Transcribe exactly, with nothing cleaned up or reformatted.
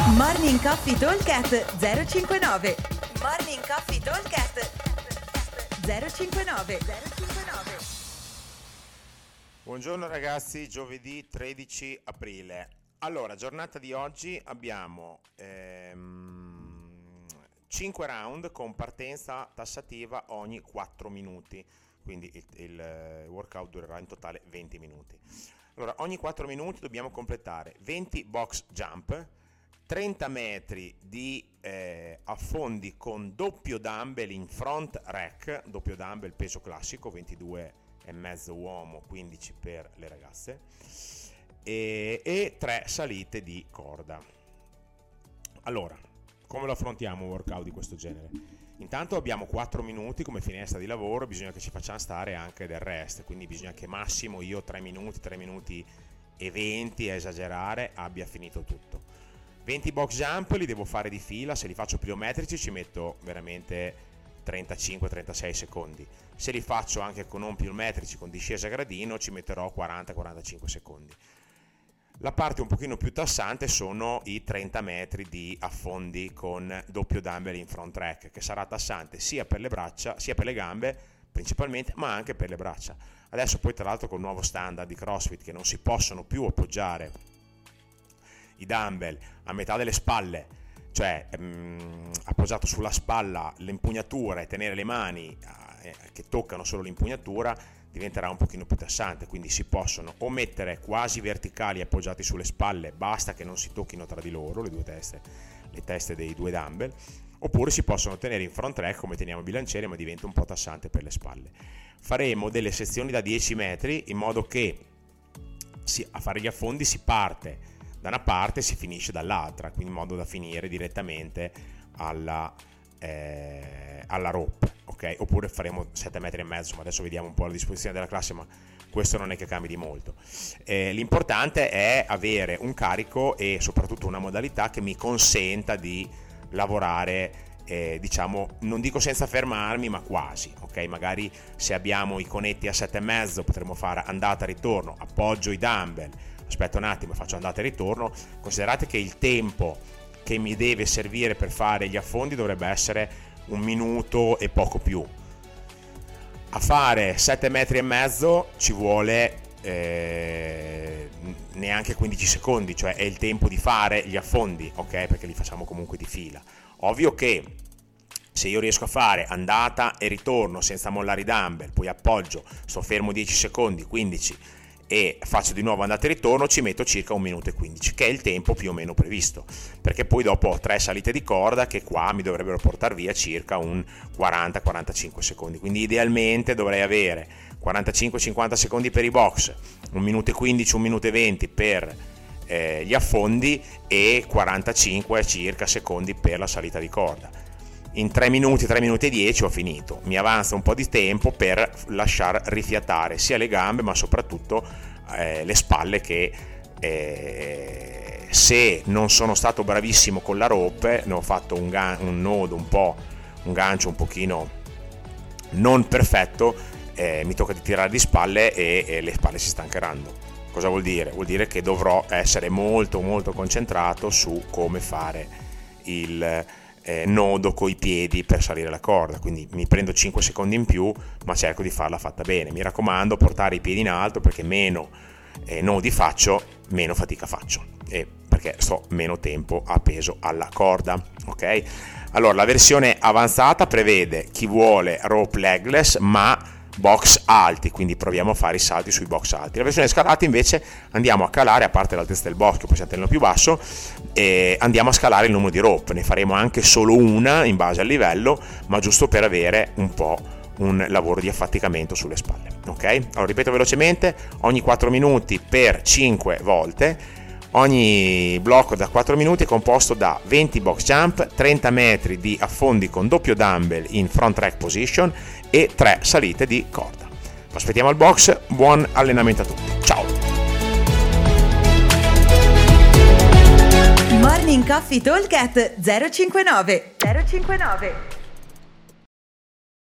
Morning Coffee Talkcast zero cinquantanove. Morning Coffee Talkcast zero cinquantanove. Buongiorno ragazzi, giovedì tredici aprile. Allora, giornata di oggi abbiamo ehm, cinque round con partenza tassativa ogni quattro minuti, quindi il, il workout durerà in totale venti minuti. Allora, ogni quattro minuti dobbiamo completare venti box jump, trenta metri di eh, affondi con doppio dumbbell in front rack, doppio dumbbell peso classico, ventidue e mezzo uomo, quindici per le ragazze, e, e tre salite di corda. Allora, come lo affrontiamo un workout di questo genere? Intanto abbiamo quattro minuti come finestra di lavoro, bisogna che ci facciamo stare anche del resto, quindi bisogna che massimo io tre minuti, tre minuti e venti a esagerare abbia finito tutto. venti box jump li devo fare di fila, se li faccio pliometrici ci metto veramente trentacinque trentasei secondi, se li faccio anche con non pliometrici, con discesa a gradino, ci metterò quaranta quarantacinque secondi. La parte un pochino più tassante sono i trenta metri di affondi con doppio dumbbell in front rack, che sarà tassante sia per le braccia, sia per le gambe principalmente, ma anche per le braccia. Adesso poi tra l'altro con il nuovo standard di CrossFit che non si possono più appoggiare i dumbbell a metà delle spalle, cioè ehm, appoggiato sulla spalla l'impugnatura e tenere le mani eh, che toccano solo l'impugnatura, diventerà un pochino più tassante, quindi si possono o mettere quasi verticali appoggiati sulle spalle, basta che non si tocchino tra di loro le due teste, le teste dei due dumbbell, oppure si possono tenere in front rack come teniamo i bilancieri, ma diventa un po' tassante per le spalle. Faremo delle sezioni da dieci metri in modo che si, a fare gli affondi si parte da una parte e si finisce dall'altra, quindi in modo da finire direttamente alla, eh, alla rope, ok? Oppure faremo sette metri e mezzo, ma adesso vediamo un po' la disposizione della classe, ma questo non è che cambi di molto. Eh, l'importante è avere un carico e soprattutto una modalità che mi consenta di lavorare, eh, diciamo, non dico senza fermarmi, ma quasi, ok? Magari se abbiamo i conetti a sette e mezzo potremo fare andata e ritorno, appoggio i dumbbell, aspetta un attimo, faccio andata e ritorno. Considerate che il tempo che mi deve servire per fare gli affondi dovrebbe essere un minuto e poco più. A fare sette metri e mezzo ci vuole eh, neanche quindici secondi, cioè è il tempo di fare gli affondi, ok? Perché li facciamo comunque di fila. Ovvio che se io riesco a fare andata e ritorno senza mollare i dumbbell, poi appoggio, sto fermo dieci secondi, quindici, e faccio di nuovo andata e ritorno, ci metto circa un minuto e quindici, che è il tempo più o meno previsto, perché poi dopo ho tre salite di corda che qua mi dovrebbero portare via circa un quaranta quarantacinque secondi, quindi idealmente dovrei avere quarantacinque cinquanta secondi per i box, un minuto e quindici, un minuto e venti per eh, gli affondi e quarantacinque circa secondi per la salita di corda. In tre minuti, tre minuti e dieci ho finito. Mi avanza un po' di tempo per lasciar rifiatare sia le gambe, ma soprattutto eh, le spalle, che eh, se non sono stato bravissimo con la rope, ne ho fatto un, ga- un nodo un po', un gancio un pochino non perfetto, eh, mi tocca di tirare di spalle e, e le spalle si stancheranno. Cosa vuol dire? Vuol dire che dovrò essere molto molto concentrato su come fare il Eh, nodo coi piedi per salire la corda, quindi mi prendo cinque secondi in più, ma cerco di farla fatta bene. Mi raccomando, portare i piedi in alto, perché meno eh, nodi faccio, meno fatica faccio, e perché sto meno tempo appeso alla corda, ok? Allora, la versione avanzata prevede chi vuole rope legless ma box alti, quindi proviamo a fare i salti sui box alti. La versione scalata invece andiamo a calare, a parte l'altezza del box che possiamo tenerlo più basso, e andiamo a scalare il numero di rope. Ne faremo anche solo una in base al livello, ma giusto per avere un po' un lavoro di affaticamento sulle spalle, ok? Allora, ripeto velocemente: ogni quattro minuti per cinque volte. Ogni blocco da quattro minuti è composto da venti box jump, trenta metri di affondi con doppio dumbbell in front rack position e tre salite di corda. Vi aspettiamo al box, buon allenamento a tutti, ciao! Morning Coffee Talkcast zero cinquantanove.